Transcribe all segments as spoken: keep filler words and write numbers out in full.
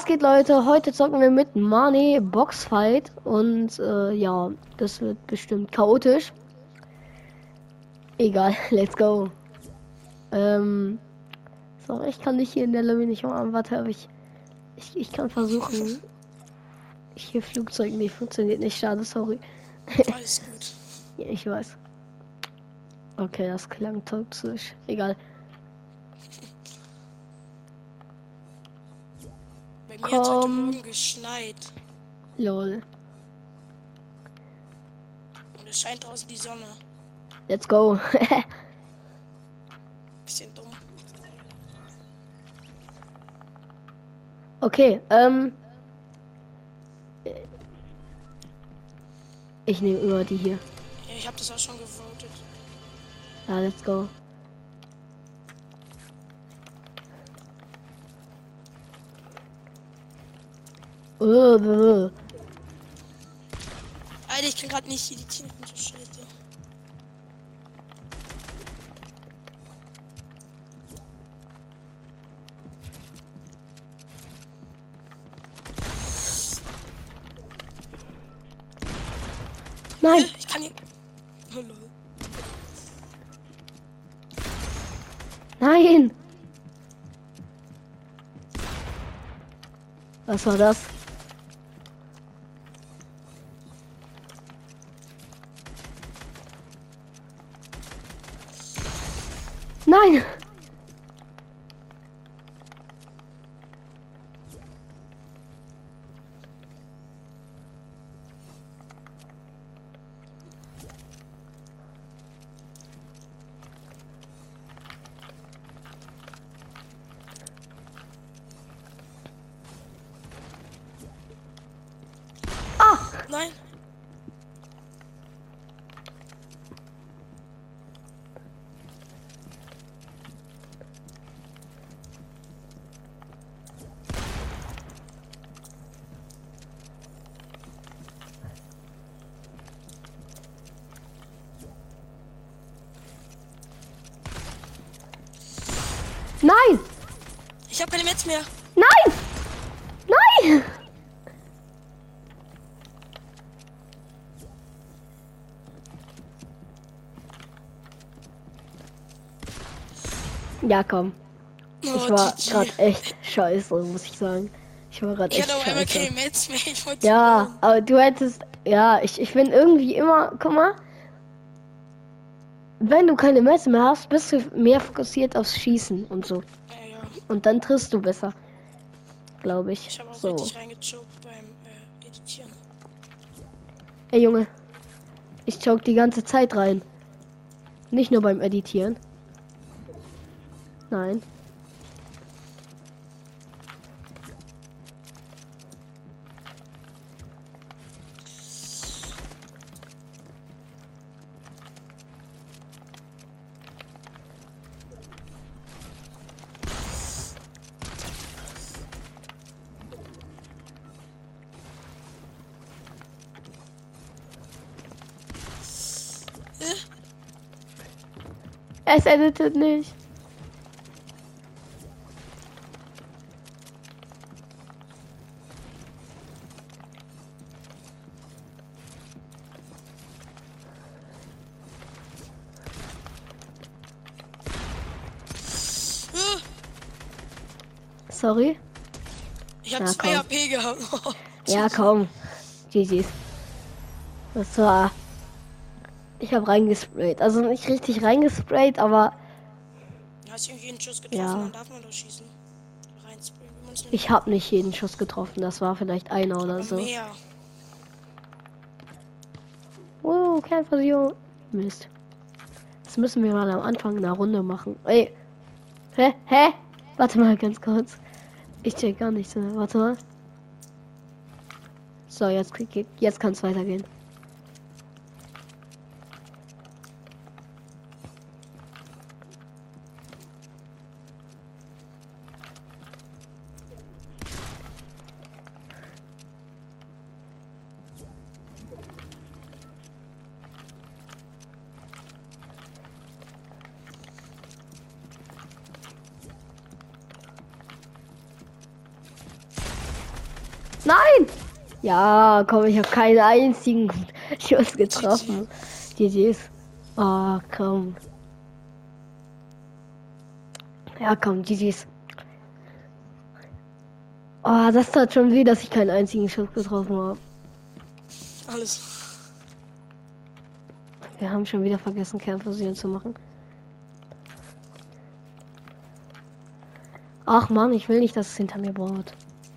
geht, Leute? Heute zocken wir mit Mane Boxfight und äh, ja, das wird bestimmt chaotisch. Egal, let's go. Ähm, so, ich kann dich hier in der Lobby nicht umarmen. Warte, aber ich, ich, ich kann versuchen. Hier Flugzeug, nee, funktioniert nicht. Schade, sorry. Alles gut. Ja, ich weiß. Okay, das klang toxisch. Egal. Bei mir hat heute Komm. Morgen geschneit. Lol. Und es scheint draußen die Sonne. Let's go. Bisschen dumm. Okay, ähm. Ich nehme über die hier. Ja, ich habe das auch schon gewotet. Ja, let's go. Uh, uh. Alter, ich kann gerade nicht editieren. Ich bin so scheiße. Nein! Ich kann hier... Oh, lol. Nein! Was war das? Nein! Nein. Nein! Ich habe keine Metz mehr. Nein! Nein! Ja, komm. Ich Oh, war G G. gerade echt scheiße, muss ich sagen. Ich war gerade Ich echt hatte auch einmal scheiße. keine Metz mehr. Ich wollte Ja, verloren. aber du hättest... Ja, ich, ich bin irgendwie immer... Guck mal. Wenn du keine Messe mehr hast, bist du mehr fokussiert aufs Schießen und so. Ja, ja. Und dann triffst du besser. Glaube ich. Ich habe auch So. richtig reingechoked beim äh, Editieren. Ey, Junge. Ich choke die ganze Zeit rein. Nicht nur beim Editieren. Nein. Es editet nicht. Äh, Sorry. Ich habe Ja, zwei komm. A P gehabt. Ja, komm. G G's. Das war... Ich habe reingesprayt. Also nicht richtig reingesprayt, aber Du hast irgendwie einen Schuss getroffen, Ja. dann darf man doch schießen. Reinsprayen, wie man's nimmt. ich habe nicht jeden Schuss getroffen. Das war vielleicht einer oder Aber so. mehr. Oh, Kernfusion. Mist. Das müssen wir mal am Anfang einer Runde machen. Ey. Hä? Hä? Warte mal ganz kurz. Ich check gar nichts mehr. Warte mal. So, jetzt, krieg- jetzt kann es weitergehen. Nein! Ja, komm, ich habe keinen einzigen Schuss getroffen. G G's. Oh, komm. Ja, komm, G G's. Oh, das tat schon weh, dass ich keinen einzigen Schuss getroffen habe. Alles. Wir haben schon wieder vergessen, Kernfusion zu machen. Ach Mann, ich will nicht, dass es hinter mir baut.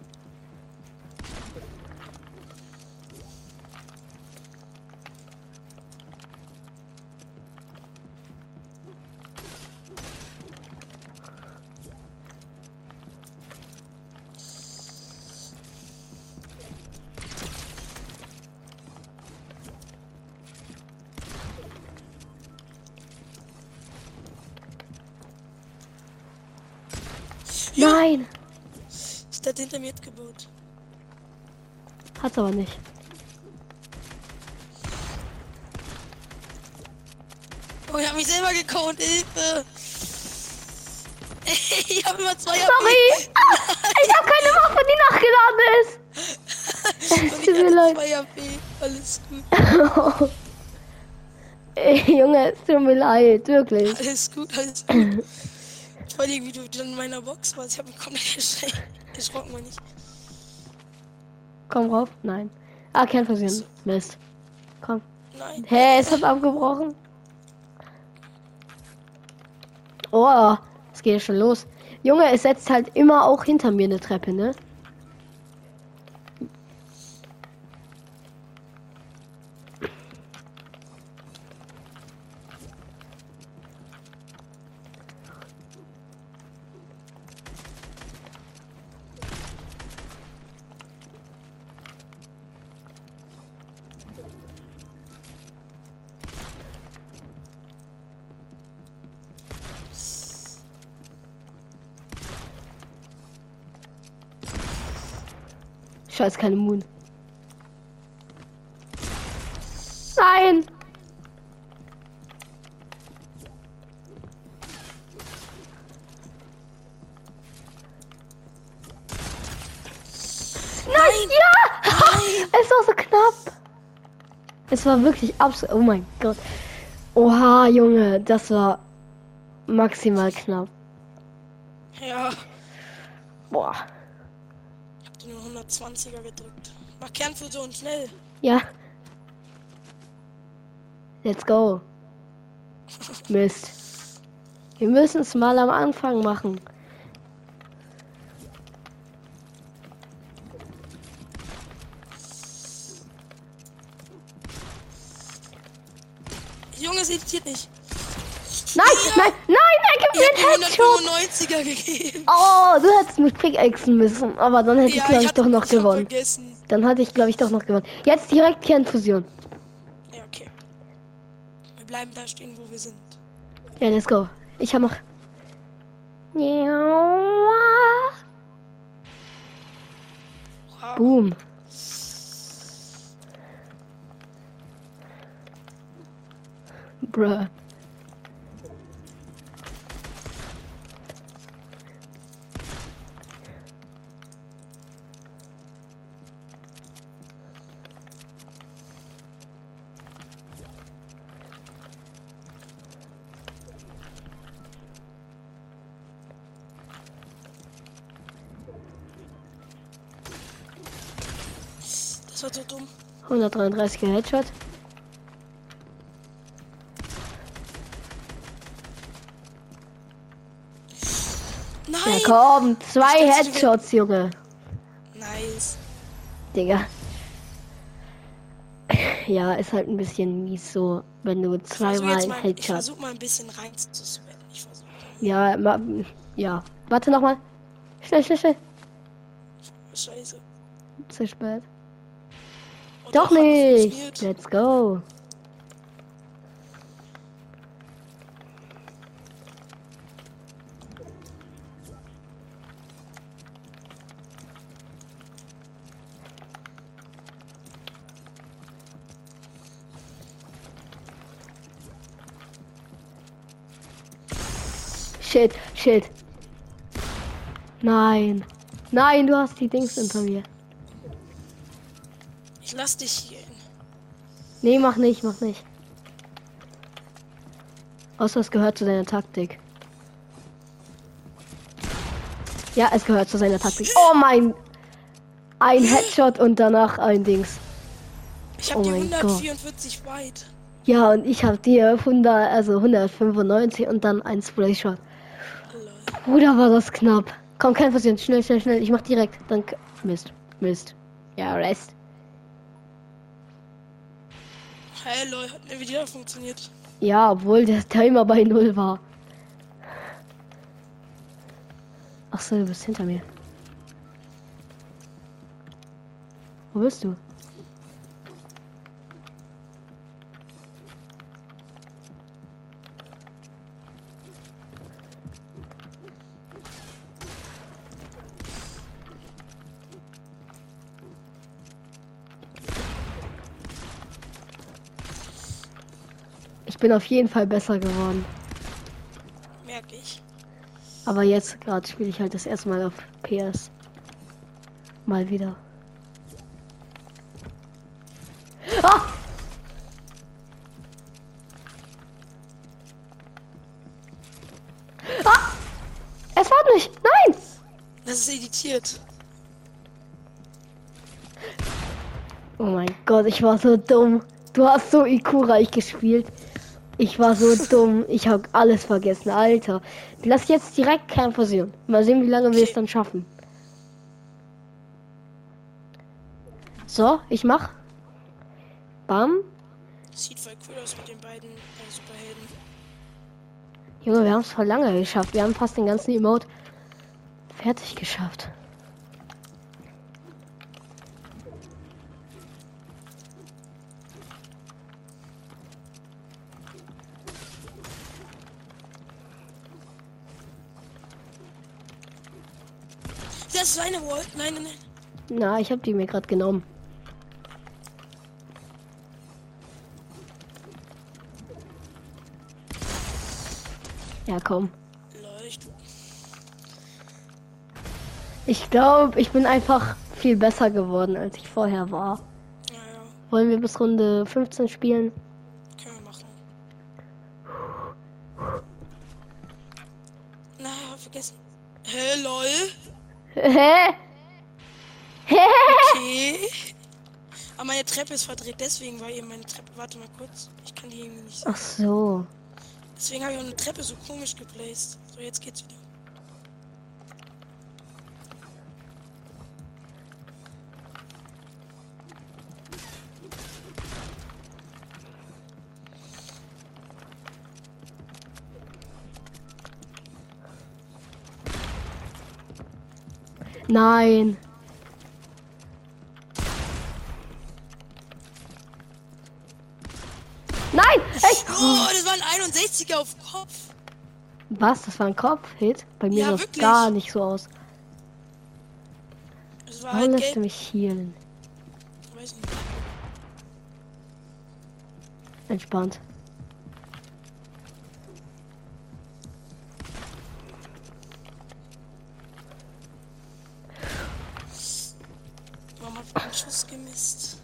Ja, Nein! ist der hinter mir gebaut. Hat's aber nicht. Oh, ich hab mich selber gekonnt, Hilfe! Ich hab immer zwei Sorry! Ah, ich habe keine Waffe, die nachgeladen ist! Es Und tut mir ich leid. zwei H P. Alles gut. Ey, Junge, es tut mir leid, wirklich. Alles gut, alles gut. Vor allem, wie du dann in meiner Box warst. Ich hab mich komplett erschreckt. Erschrocken, man nicht. Komm rauf. Nein. Ah, Kernfusion. Mist. Komm. Nein. Hä, hey, es hat abgebrochen. Oh, es geht ja schon los. Junge, es setzt halt immer auch hinter mir eine Treppe, ne? Scheiß, keine Moon. Nein! Nein! Ja! Nein. Es war so knapp. Es war wirklich absolut. Oh mein Gott. Oha, Junge, das war maximal knapp. Ja. Boah. Ich hab den nur hundertzwanziger gedrückt. Mach Kernfusion, schnell. Ja. Let's go. Mist. Wir müssen es mal am Anfang machen. Junge, sie editiert nicht. Nein, Ja. nein, nein, er gibt Ich mir hab einen mir Headshot. hundertfünfundneunziger gegeben. Oh, du hättest mich pickaxen müssen. Aber dann hätte ich, glaube ich, hatte- doch noch ich hab gewonnen. vergessen. Dann hatte ich, glaube ich, doch noch gewonnen. Jetzt direkt Kernfusion. Ja, okay. Wir bleiben da stehen, wo wir sind. Ja, let's go. Ich habe noch. Wow. Boom. Bruh. Das war so dumm. hundertdreiunddreißiger Headshot. Nein! Ja, komm. Zwei Ich dachte, du Headshots, Junge. Nice. Digga. Ja, ist halt ein bisschen mies so, wenn du Ich versuch zweimal jetzt ein mal, ich Headshot. versuch mal ein bisschen rein zu sweaten. Ich versuch. Ja, ma, ja. Warte nochmal. Schnell, schnell, schnell. Scheiße. Zu spät. Oh, Doch hat nicht. funktioniert. Let's go. Shit, shit. Nein. Nein, du hast die Dings hinter mir. Ich lass dich hier. Nee, mach nicht, mach nicht. Außer es gehört zu seiner Taktik. Ja, es gehört zu seiner Taktik. Oh mein... Ein Headshot und danach ein Dings. Ich hab Oh die mein hundertvierundvierzig weit. Ja, und ich habe dir hundert, also hundertfünfundneunzig und dann ein Spray-Shot. Lol. Bruder, war das knapp. Komm, kein Versehen. Schnell, schnell, schnell. Ich mach direkt. Danke. Mist. Mist. Ja, Rest. Hey, lol, hat mir wieder funktioniert. Ja, obwohl der Timer bei null war. Ach so, du bist hinter mir. Wo bist du? Ich bin auf jeden Fall besser geworden. Merke ich. Aber jetzt gerade spiele ich halt das erste Mal auf P S. Mal wieder. Ah! Ah! Es war nicht. Nein! Das ist editiert. Oh mein Gott, ich war so dumm. Du hast so I Q-reich gespielt. Ich war so dumm. Ich habe alles vergessen, Alter. Lass jetzt direkt Kernfusion. Mal sehen, wie lange wir es dann schaffen. So, ich mach. Bam. Sieht voll cool aus mit den beiden äh, Superhelden. Junge, wir haben es voll lange geschafft. Wir haben fast den ganzen Emote fertig geschafft. Das ist eine Wall. Nein, nein, nein. Na, ich habe die mir gerade genommen. Ja, komm. Leucht. Ich glaube, ich bin einfach viel besser geworden, als ich vorher war. Ja, ja. Wollen wir bis Runde fünfzehn spielen? Können wir machen. Na, vergessen. Hä, lol. Hä? Hä? Okay. Aber meine Treppe ist verdreht, deswegen war eben meine Treppe. Warte mal kurz. Ich kann die irgendwie nicht sehen. Ach so. Deswegen habe ich auch eine Treppe so komisch geplaced. So, jetzt geht's wieder. Nein. Nein! Echt? Oh, das war ein einundsechziger auf Kopf. Was? Das war ein Kopf-Hit? Bei mir Ja, sah es wirklich. gar nicht so aus. Das war Warum halt lässt gelb. du mich healen? Weiß nicht. Entspannt. Mama hat einen Schuss gemisst.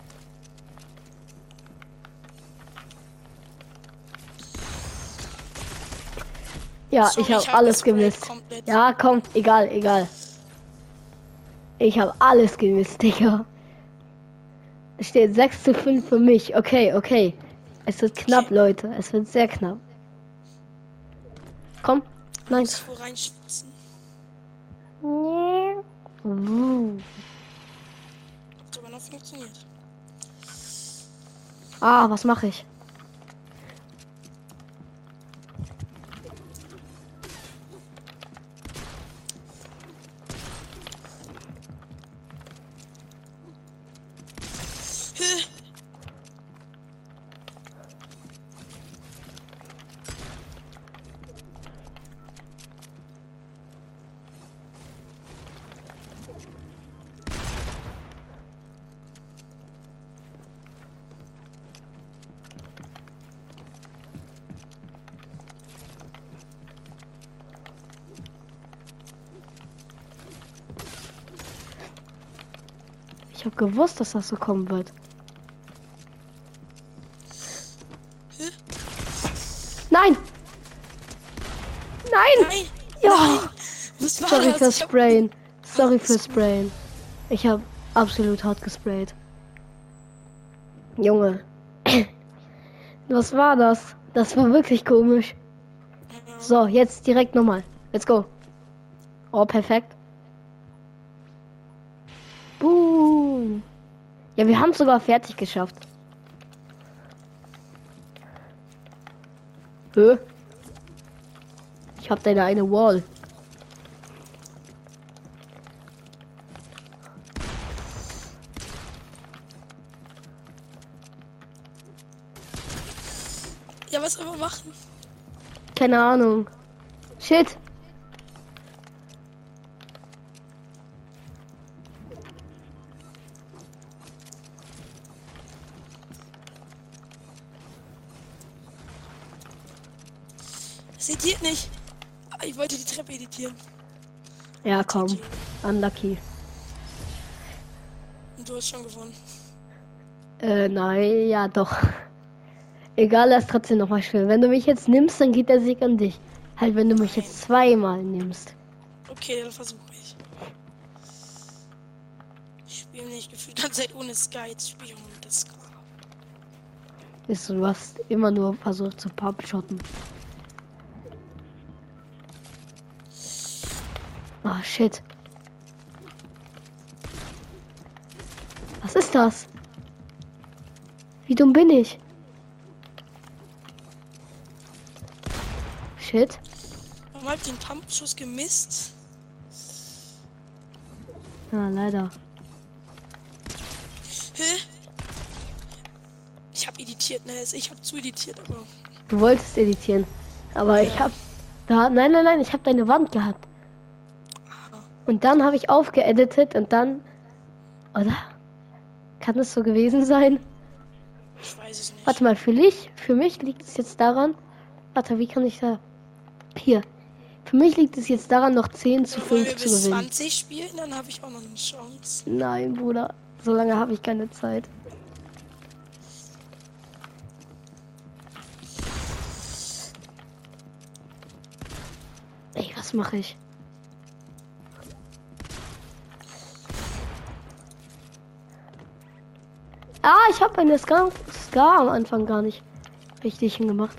Ja, Sorry, ich habe hab alles gesprayt gemisst. komplett. Ja, kommt, egal, egal. Ich habe alles gemisst, Digga. Es steht sechs zu fünf für mich. Okay, okay. Es wird knapp, Okay. Leute. Es wird sehr knapp. Komm. Nein. Muss ich wo reinschwitzen? Uh. Hat aber noch funktioniert. Ah, was mache ich? Hä? Ich habe gewusst, dass das so kommen wird. Hä? Nein! Nein! Nein! Ja! Nein. Was war Sorry das? fürs Ich hab- Sprayen. Sorry fürs Sprayen. Ich habe absolut hart gesprayt. Junge. Was war das? Das war wirklich komisch. Ja. So, jetzt direkt nochmal. Let's go. Oh, perfekt. Boom. Ja, wir haben es sogar fertig geschafft. Hä? Ich hab deine eine Wall. Ja, was soll man machen? Keine Ahnung. Shit. Es editiert nicht. Ah, ich wollte die Treppe editieren. Ja, komm. Unlucky. Und du hast schon gewonnen. Äh, nein, ja doch. Egal, er ist trotzdem noch mal schön. Wenn du mich jetzt nimmst, dann geht der Sieg an dich. Halt, wenn du mich jetzt zweimal nimmst. Okay, dann versuche ich. Ich spiele nicht gefühlt ganze Zeit ohne Sky. Jetzt spiele ich auch mit der Sky. Ist, du hast immer nur versucht zu pubshotten. Ah, shit. Was ist das? Wie dumm bin ich? Shit. Warum hab ich den Pumpschuss gemisst? Ja, leider. Hä? Ich habe editiert, ne? Ich habe zu editiert, aber. Du wolltest editieren. Aber ich hab da. Nein, nein, nein, ich habe deine Wand gehabt. Und dann habe ich aufgeeditet und dann. Oder? Kann es so gewesen sein? Ich weiß es nicht. Warte mal, für mich, für mich liegt es jetzt daran. Warte, wie kann ich da. Hier. Für mich liegt es jetzt daran, noch zehn zu Oder wollen wir fünf zu bis gewinnen. zwanzig spielen? Dann habe ich auch noch eine Chance. Nein, Bruder. So lange habe ich keine Zeit. Ey, was mache ich? Ah, ich habe eine Ska, Ska am Anfang gar nicht richtig hingemacht.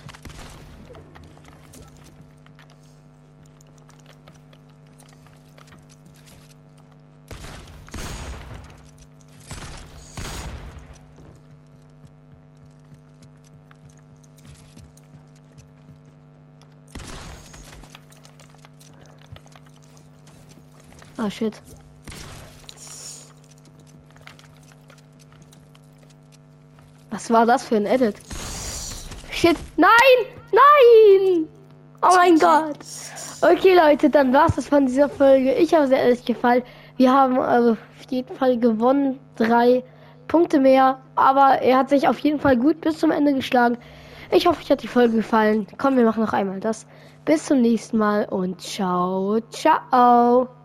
Ah, shit. Was war das für ein Edit? Shit. Nein! Nein! Oh mein Gott. Okay, Leute, dann war's das von dieser Folge. Ich habe sehr ehrlich gefallen. Wir haben äh, auf jeden Fall gewonnen. Drei Punkte mehr. Aber er hat sich auf jeden Fall gut bis zum Ende geschlagen. Ich hoffe, euch hat die Folge gefallen. Komm, wir machen noch einmal das. Bis zum nächsten Mal und ciao, ciao.